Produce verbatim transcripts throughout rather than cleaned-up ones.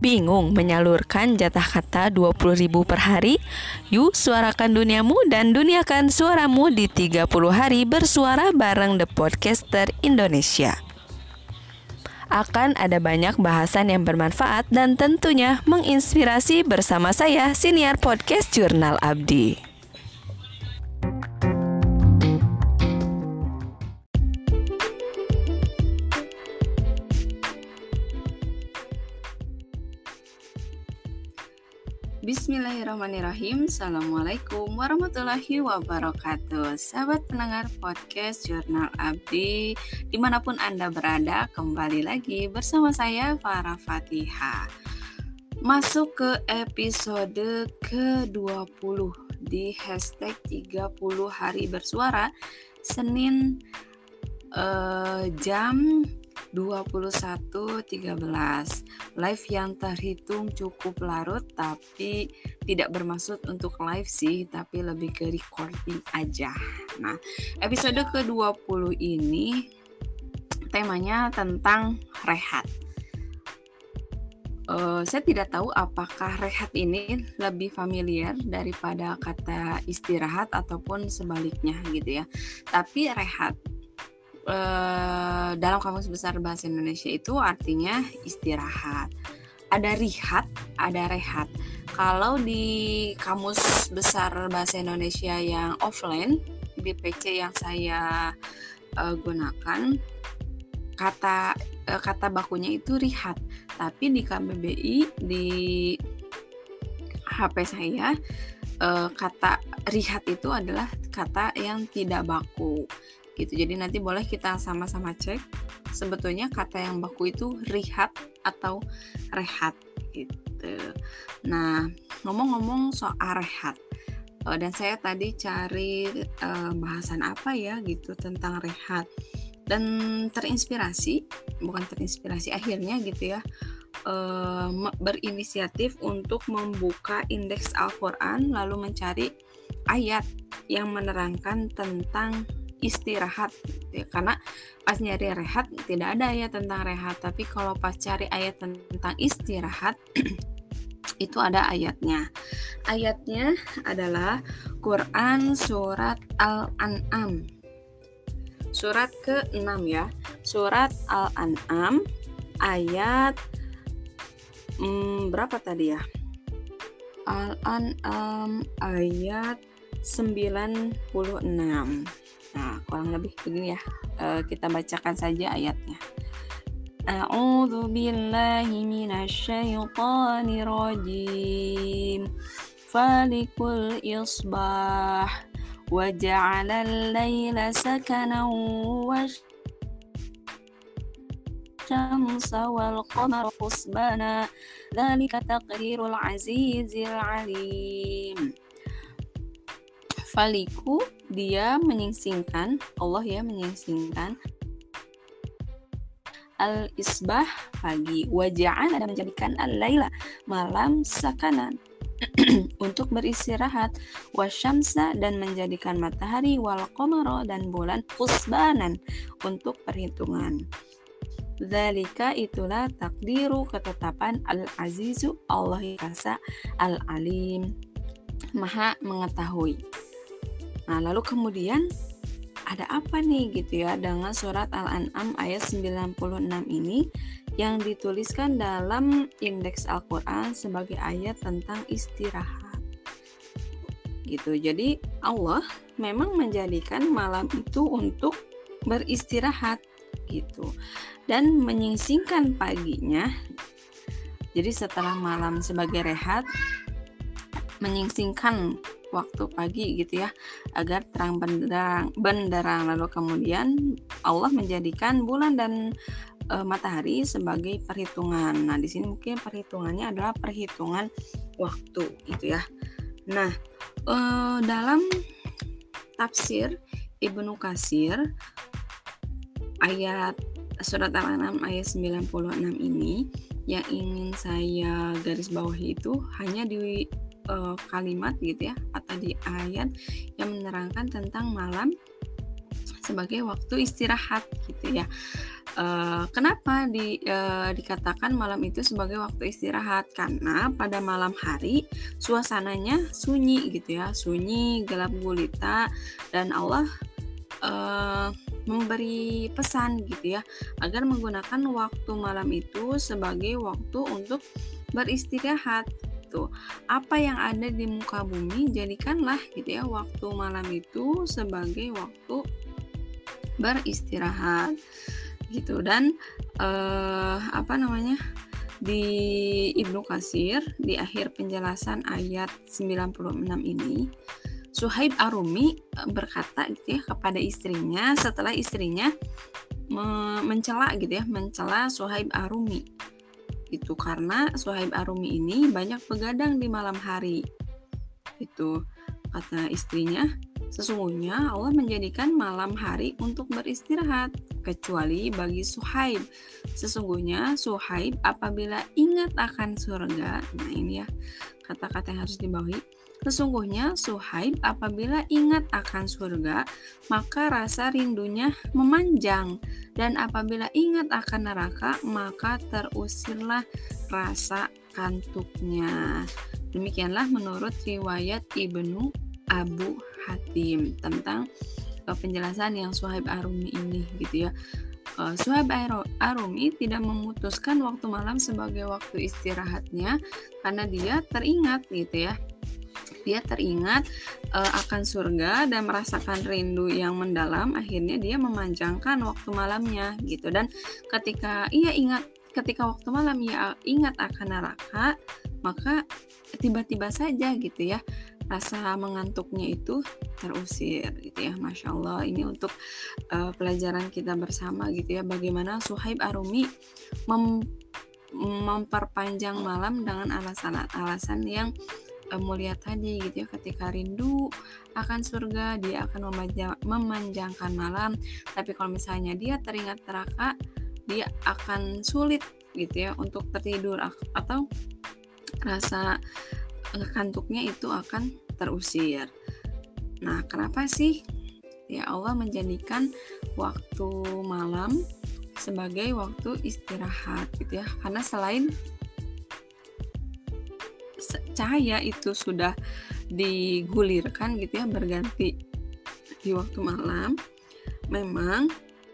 Bingung menyalurkan jatah kata dua puluh ribu per hari? Yuk suarakan duniamu dan duniakan suaramu di tiga puluh hari bersuara bareng The Podcaster Indonesia. Akan ada banyak bahasan yang bermanfaat dan tentunya menginspirasi bersama saya, Siniar Podcast Jurnal Abdi. Bismillahirrahmanirrahim. Assalamualaikum warahmatullahi wabarakatuh. Sahabat pendengar podcast Jurnal Abdi, dimanapun Anda berada, kembali lagi bersama saya Farah Fatihah. Masuk ke episode ke dua puluh di hashtag tiga puluh hari bersuara, Senin eh, jam dua puluh satu tiga belas. Live yang terhitung cukup larut, tapi tidak bermaksud untuk live sih, tapi lebih ke recording aja. Nah, episode ke dua puluh ini temanya tentang rehat. Uh, saya tidak tahu apakah rehat ini lebih familiar daripada kata istirahat ataupun sebaliknya gitu ya. Tapi rehat Uh, dalam Kamus Besar Bahasa Indonesia itu artinya istirahat. Ada rihat, ada rehat. Kalau di Kamus Besar Bahasa Indonesia yang offline, di P C yang saya uh, gunakan, kata uh, kata bakunya itu rihat. Tapi di K B B I di H P saya uh, kata rihat itu adalah kata yang tidak baku. Gitu. Jadi nanti boleh kita sama-sama cek sebetulnya kata yang baku itu rihat atau rehat gitu. Nah, ngomong-ngomong soal rehat, uh, dan saya tadi cari uh, bahasan apa ya gitu tentang rehat, dan terinspirasi, bukan terinspirasi akhirnya gitu ya, uh, berinisiatif untuk membuka indeks Al-Quran lalu mencari ayat yang menerangkan tentang istirahat ya. Karena pas nyari rehat tidak ada ayat tentang rehat, tapi kalau pas cari ayat tentang istirahat itu ada ayatnya. Ayatnya adalah Quran surat Al-An'am surat ke enam ya. Surat Al-An'am ayat hmm, berapa tadi ya? Al-An'am ayat sembilan puluh enam. Nah, kurang lebih begini ya, e, kita bacakan saja ayatnya. A'udzu billahi minasyaitonir rajim. Falikul isbah wa ja'alal laila sakanan wasyamsa wal qamara husbana. Dzalika taqdirul azizil alim. Faliku, dia menyingsingkan, Allah ya menyingsingkan al-isbah pagi, waja'an ada menjadikan al-laila malam sakanan untuk beristirahat, wasyamsa dan menjadikan matahari, wal qamara dan bulan, husbanan untuk perhitungan. Dzalika itulah takdiru ketetapan al-azizu Allah Kasa al-alim maha mengetahui. Nah, lalu kemudian ada apa nih gitu ya dengan surat Al-An'am ayat sembilan puluh enam ini yang dituliskan dalam indeks Al-Quran sebagai ayat tentang istirahat. Gitu. Jadi Allah memang menjadikan malam itu untuk beristirahat gitu. Dan menyingsingkan paginya. Jadi setelah malam sebagai rehat, menyingsingkan waktu pagi gitu ya agar terang benderang benderang lalu kemudian Allah menjadikan bulan dan e, matahari sebagai perhitungan. Nah, di sini mungkin perhitungannya adalah perhitungan waktu gitu ya. Nah, e, dalam tafsir Ibnu Katsir ayat surat Al-An'am ayat sembilan puluh enam ini yang ingin saya garis bawahi itu hanya di Uh, kalimat gitu ya atau di ayat yang menerangkan tentang malam sebagai waktu istirahat gitu ya. Eee, kenapa di eee, dikatakan malam itu sebagai waktu istirahat? Karena pada malam hari suasananya sunyi gitu ya, sunyi, gelap gulita, dan Allah eee, memberi pesan gitu ya, agar menggunakan waktu malam itu sebagai waktu untuk beristirahat gitu. Apa yang ada di muka bumi jadikanlah gitu ya waktu malam itu sebagai waktu beristirahat gitu. Dan eee, apa namanya, di Ibnu Katsir di akhir penjelasan ayat sembilan puluh enam ini, Suhaib Ar-Rumi eee, berkata gitu ya kepada istrinya setelah istrinya me mencela gitu ya, mencela Suhaib Ar-Rumi gitu, karena Suhaib Ar-Rumi ini banyak begadang di malam hari. Itu kata istrinya, sesungguhnya Allah menjadikan malam hari untuk beristirahat, kecuali bagi Suhaib. Sesungguhnya Suhaib apabila ingat akan surga, nah ini ya kata-kata yang harus dibawahi. Sesungguhnya Suhaib apabila ingat akan surga, maka rasa rindunya memanjang, dan apabila ingat akan neraka, maka terusirlah rasa kantuknya. Demikianlah menurut riwayat Ibnu Abu Hatim tentang uh, penjelasan yang Suhaib Ar-Rumi ini gitu ya. Uh, Suhaib Ar-Rumi tidak memutuskan waktu malam sebagai waktu istirahatnya karena dia teringat gitu ya. Dia teringat uh, akan surga dan merasakan rindu yang mendalam, akhirnya dia memanjangkan waktu malamnya gitu. Dan ketika ia ingat ketika waktu malam ia ingat akan neraka, maka tiba-tiba saja gitu ya rasa mengantuknya itu terusir gitu ya. Masya Allah, ini untuk uh, pelajaran kita bersama gitu ya, bagaimana Suhaib Ar-Rumi mem- memperpanjang malam dengan alasan-alasan yang uh, mulia tadi gitu ya. Ketika rindu akan surga, dia akan memanja- memanjangkan malam, tapi kalau misalnya dia teringat neraka, dia akan sulit gitu ya untuk tertidur, atau rasa kantuknya itu akan terusir. Nah, kenapa sih ya Allah menjadikan waktu malam sebagai waktu istirahat gitu ya? Karena selain cahaya itu sudah digulirkan gitu ya, berganti di waktu malam, memang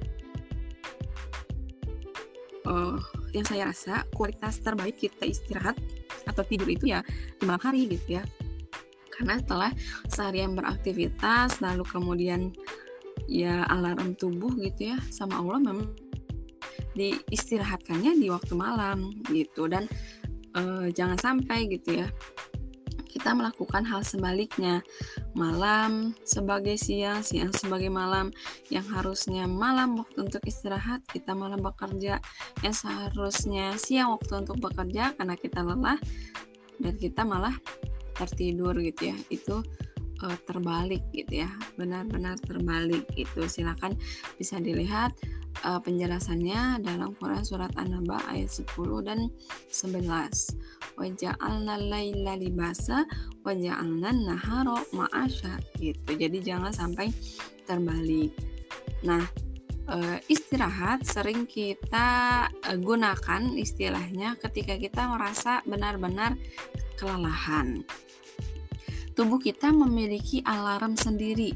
uh, yang saya rasa kualitas terbaik kita istirahat atau tidur itu ya di malam hari gitu ya. Karena setelah seharian beraktivitas, lalu kemudian ya alarm tubuh gitu ya sama Allah memang diistirahatkannya di waktu malam gitu. Dan eh, jangan sampai gitu ya kita melakukan hal sebaliknya, malam sebagai siang, siang sebagai malam. Yang harusnya malam waktu untuk istirahat, kita malam bekerja. Yang seharusnya siang waktu untuk bekerja karena kita lelah, dan kita malah tertidur gitu ya. Itu uh, terbalik gitu ya, benar-benar terbalik gitu. Silakan bisa dilihat uh, penjelasannya dalam Quran surat An-Naba ayat sepuluh dan sebelas. Wa ja'alna laila libasa wa ja'alna nahara ma'asya gitu. Jadi jangan sampai terbalik. Nah, uh, istirahat sering kita uh, gunakan istilahnya ketika kita merasa benar-benar kelelahan. Tubuh kita memiliki alarm sendiri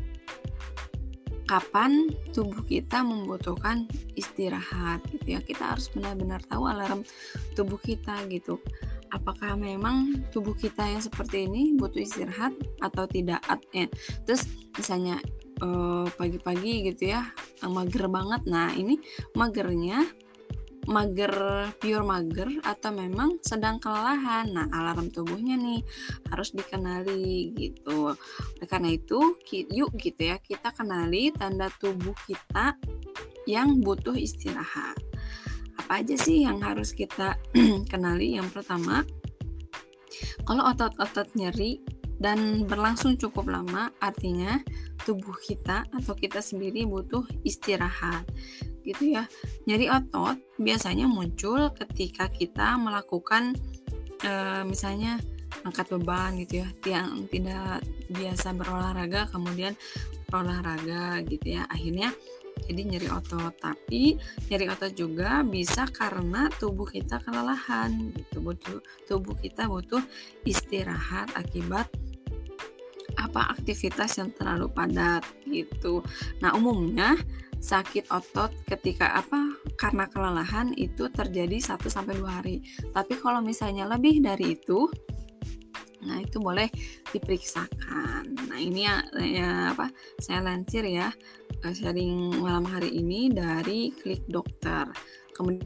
kapan tubuh kita membutuhkan istirahat gitu ya. Kita harus benar-benar tahu alarm tubuh kita gitu. Apakah memang tubuh kita yang seperti ini butuh istirahat atau tidak? Eh, terus misalnya eh, pagi-pagi gitu ya, mager banget. Nah, ini magernya mager, pure mager, atau memang sedang kelelahan. Nah, alarm tubuhnya nih harus dikenali gitu. Oleh karena itu, yuk gitu ya, kita kenali tanda tubuh kita yang butuh istirahat. Apa aja sih yang harus kita kenali? Yang pertama, kalau otot-otot nyeri dan berlangsung cukup lama, artinya tubuh kita atau kita sendiri butuh istirahat gitu ya. Nyeri otot biasanya muncul ketika kita melakukan e, misalnya angkat beban gitu ya, yang tidak biasa berolahraga kemudian berolahraga gitu ya, akhirnya jadi nyeri otot. Tapi nyeri otot juga bisa karena tubuh kita kelelahan gitu. Butuh tubuh kita butuh istirahat akibat apa aktivitas yang terlalu padat gitu. Nah, umumnya sakit otot ketika apa karena kelelahan itu terjadi satu sampai dua hari. Tapi kalau misalnya lebih dari itu, nah itu boleh diperiksakan. Nah, ini ya, ya apa? Saya lansir ya eh, sharing malam hari ini dari Klik Dokter. Kemudian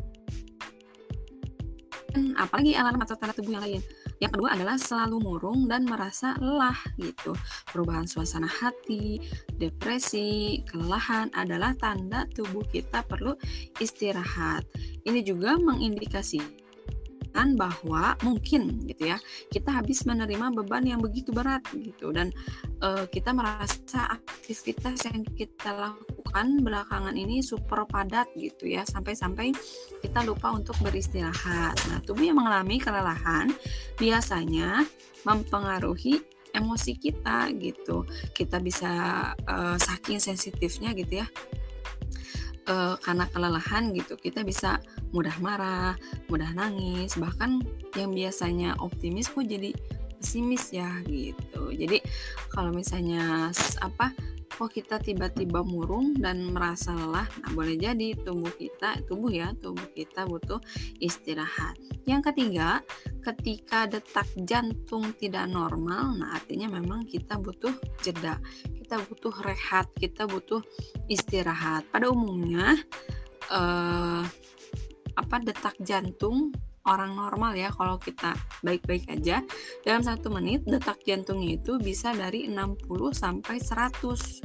apalagi alarm atau tanda tubuh yang lain. Yang kedua adalah selalu murung dan merasa lelah gitu. Perubahan suasana hati, depresi, kelelahan adalah tanda tubuh kita perlu istirahat. Ini juga mengindikasikan bahwa mungkin gitu ya kita habis menerima beban yang begitu berat gitu dan e, kita merasa aktivitas yang kita lakukan belakangan ini super padat gitu ya sampai-sampai kita lupa untuk beristirahat. Nah, tubuh yang mengalami kelelahan biasanya mempengaruhi emosi kita gitu. Kita bisa e, saking sensitifnya gitu ya. Uh, karena kelelahan gitu kita bisa mudah marah, mudah nangis, bahkan yang biasanya optimis kok jadi pesimis ya gitu. Jadi kalau misalnya apa kok kita tiba-tiba murung dan merasa lelah, nah boleh jadi tubuh kita tubuh ya tubuh kita butuh istirahat. Yang ketiga, ketika detak jantung tidak normal, nah artinya memang kita butuh jeda, kita butuh rehat, kita butuh istirahat. Pada umumnya eh, apa detak jantung orang normal ya kalau kita baik-baik aja dalam satu menit detak jantungnya itu bisa dari enam puluh sampai seratus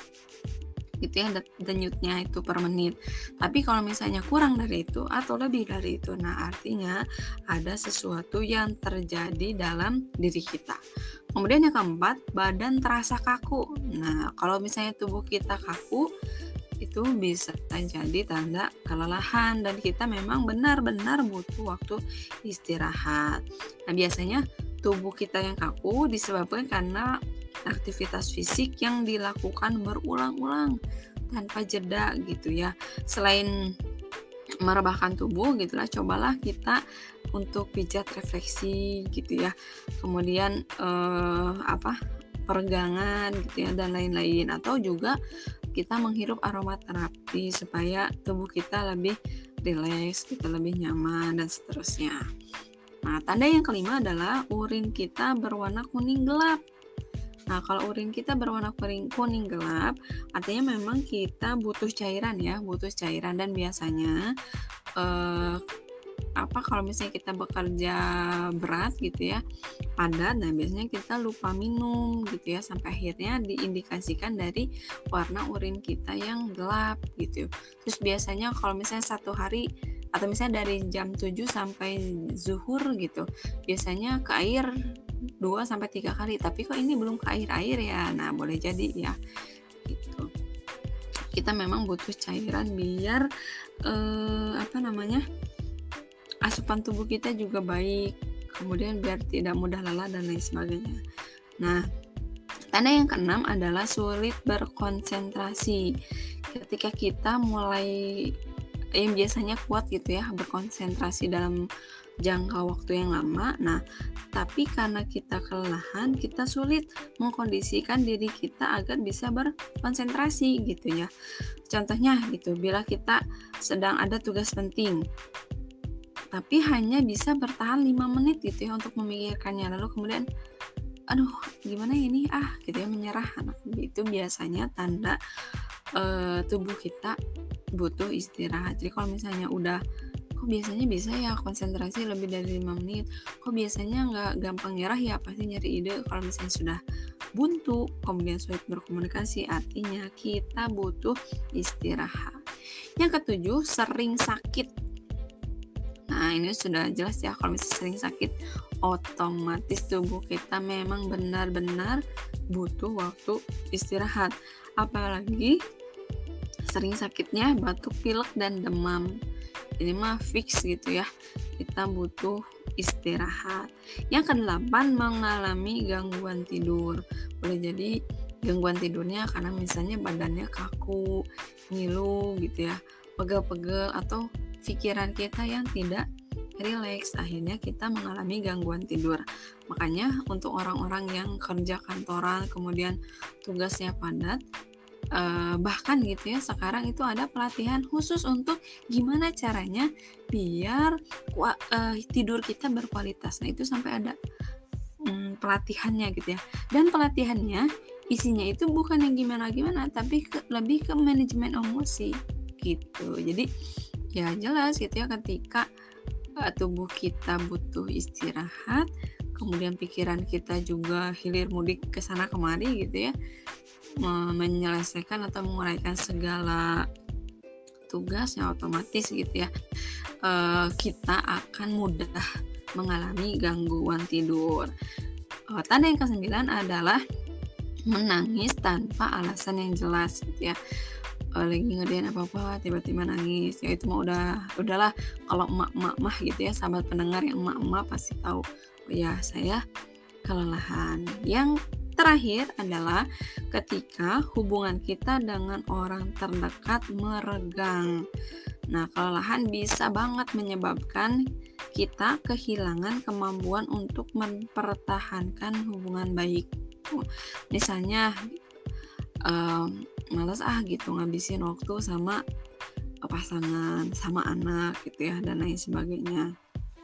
gitu ya denyutnya itu per menit. Tapi kalau misalnya kurang dari itu atau lebih dari itu, nah artinya ada sesuatu yang terjadi dalam diri kita. Kemudian yang keempat, badan terasa kaku. Nah, kalau misalnya tubuh kita kaku, itu bisa jadi tanda kelelahan dan kita memang benar-benar butuh waktu istirahat. Nah, biasanya tubuh kita yang kaku disebabkan karena aktivitas fisik yang dilakukan berulang-ulang tanpa jeda gitu ya. Selain merebahkan tubuh gitulah, cobalah kita untuk pijat refleksi gitu ya. Kemudian eh, apa peregangan gitu ya dan lain-lain, atau juga kita menghirup aromaterapi supaya tubuh kita lebih rileks, kita lebih nyaman dan seterusnya. Nah, tanda yang kelima adalah urin kita berwarna kuning gelap. Nah, kalau urin kita berwarna kuning, kuning gelap, artinya memang kita butuh cairan ya, butuh cairan dan biasanya eh, apa kalau misalnya kita bekerja berat gitu ya, padat, nah biasanya kita lupa minum gitu ya, sampai akhirnya diindikasikan dari warna urin kita yang gelap gitu. Terus biasanya kalau misalnya satu hari atau misalnya dari jam tujuh sampai zuhur gitu, biasanya ke air dua sampai tiga kali, tapi kok ini belum ke air-air ya. Nah, boleh jadi ya. Gitu. Kita memang butuh cairan biar eh, apa namanya? asupan tubuh kita juga baik. Kemudian biar tidak mudah lelah dan lain sebagainya. Nah, tanda yang keenam adalah sulit berkonsentrasi. Ketika kita mulai yang biasanya kuat gitu ya, berkonsentrasi dalam jangka waktu yang lama. Nah, tapi karena kita kelelahan, kita sulit mengkondisikan diri kita agar bisa berkonsentrasi gitu ya. Contohnya gitu, bila kita sedang ada tugas penting, tapi hanya bisa bertahan lima menit gitu ya untuk memikirkannya, lalu kemudian aduh gimana ini ah gitu ya menyerah. Nah, itu biasanya tanda uh, tubuh kita butuh istirahat. Jadi kalau misalnya udah kok biasanya bisa ya konsentrasi lebih dari lima menit, kok biasanya nggak gampang nyerah ya, pasti nyari ide. Kalau misalnya sudah buntu kemudian sulit berkomunikasi, artinya kita butuh istirahat. Yang ketujuh, sering sakit. Nah, ini sudah jelas ya, kalau misalnya sering sakit, otomatis tubuh kita memang benar-benar butuh waktu istirahat. Apalagi sering sakitnya batuk, pilek, dan demam. Ini mah fix gitu ya, kita butuh istirahat. Yang kedelapan, mengalami gangguan tidur. Boleh jadi gangguan tidurnya karena misalnya badannya kaku, ngilu gitu ya, pegel-pegel, atau pikiran kita yang tidak rileks, akhirnya kita mengalami gangguan tidur. Makanya untuk orang-orang yang kerja kantoran kemudian tugasnya padat, eh, bahkan gitu ya, sekarang itu ada pelatihan khusus untuk gimana caranya biar kua- eh, tidur kita berkualitas. Nah itu sampai ada hmm, pelatihannya gitu ya. Dan pelatihannya isinya itu bukan yang gimana-gimana, tapi ke, lebih ke manajemen emosi gitu. Jadi ya jelas gitu ya, ketika uh, tubuh kita butuh istirahat, kemudian pikiran kita juga hilir mudik ke sana kemari gitu ya, menyelesaikan atau menguraikan segala tugas yang otomatis gitu ya, uh, kita akan mudah mengalami gangguan tidur. Uh, tanda yang kesembilan adalah menangis tanpa alasan yang jelas gitu ya. Uh, lagi ngerjain apa-apa tiba-tiba nangis, ya itu mah udah udahlah, kalau emak-emak mah gitu ya, sahabat pendengar yang emak-emak pasti tahu, oh ya saya kelelahan. Yang terakhir adalah ketika hubungan kita dengan orang terdekat meregang. Nah, kelelahan bisa banget menyebabkan kita kehilangan kemampuan untuk mempertahankan hubungan baik. Misalnya um, males ah gitu ngabisin waktu sama pasangan, sama anak gitu ya, dan lain sebagainya.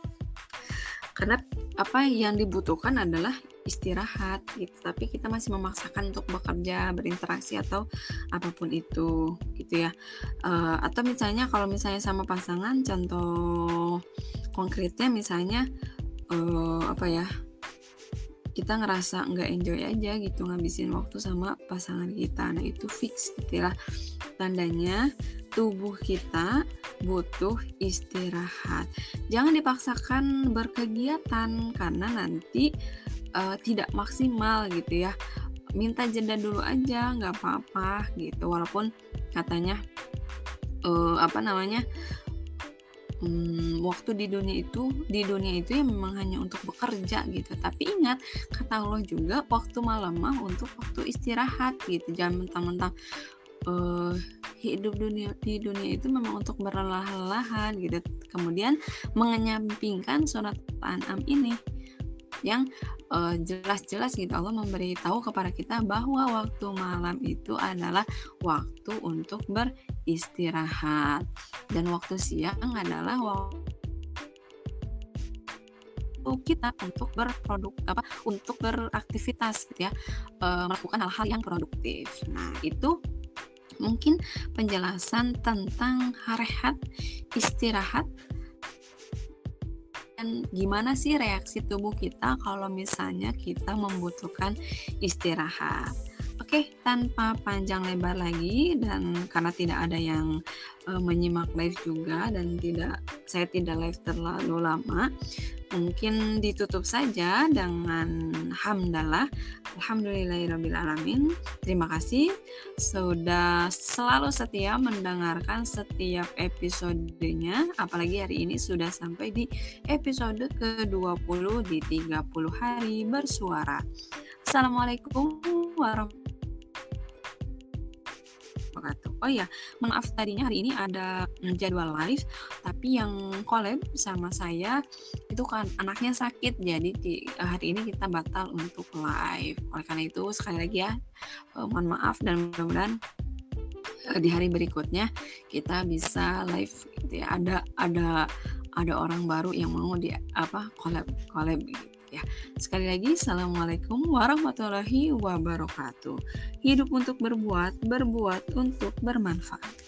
Karena apa yang dibutuhkan adalah istirahat gitu, tapi kita masih memaksakan untuk bekerja, berinteraksi atau apapun itu gitu ya. Uh, atau misalnya kalau misalnya sama pasangan, contoh konkretnya misalnya uh, apa ya, kita ngerasa nggak enjoy aja gitu ngabisin waktu sama pasangan kita. Nah itu fix gitu ya, tandanya tubuh kita butuh istirahat. Jangan dipaksakan berkegiatan karena nanti uh, tidak maksimal gitu ya. Minta jeda dulu aja, nggak apa-apa gitu. Walaupun katanya uh, apa namanya Hmm, waktu di dunia itu di dunia itu ya memang hanya untuk bekerja gitu. Tapi ingat, kata Allah juga waktu malam mah untuk waktu istirahat gitu. Jangan mentang-mentang uh, hidup dunia di dunia itu memang untuk berlelah-lelahan gitu. Kemudian mengenyampingkan surat Al-An'am ini yang uh, jelas-jelas gitu Allah memberitahu kepada kita bahwa waktu malam itu adalah waktu untuk beristirahat, dan waktu siang adalah waktu kita untuk berproduk apa untuk beraktivitas gitu ya, uh, melakukan hal-hal yang produktif. Nah itu mungkin penjelasan tentang rehat, istirahat, dan gimana sih reaksi tubuh kita kalau misalnya kita membutuhkan istirahat. Oke, tanpa panjang lebar lagi, dan karena tidak ada yang e, menyimak live juga dan tidak saya tidak live terlalu lama, mungkin ditutup saja dengan hamdalah, alhamdulillahirrabbilalamin. Terima kasih sudah selalu setia mendengarkan setiap episodenya, apalagi hari ini sudah sampai di episode ke dua puluh di tiga puluh hari bersuara. Assalamualaikum warahmatullahi wabarakatuh. Oh ya, maaf tadinya hari ini ada jadwal live, tapi yang collab sama saya itu kan anaknya sakit, jadi di hari ini kita batal untuk live. Oleh karena itu sekali lagi ya, eh, mohon maaf, dan mudah-mudahan eh, di hari berikutnya kita bisa live gitu ya. Ada ada ada orang baru yang mau di apa collab collab gitu ya. Sekali lagi, assalamualaikum warahmatullahi wabarakatuh. Hidup untuk berbuat, berbuat untuk bermanfaat.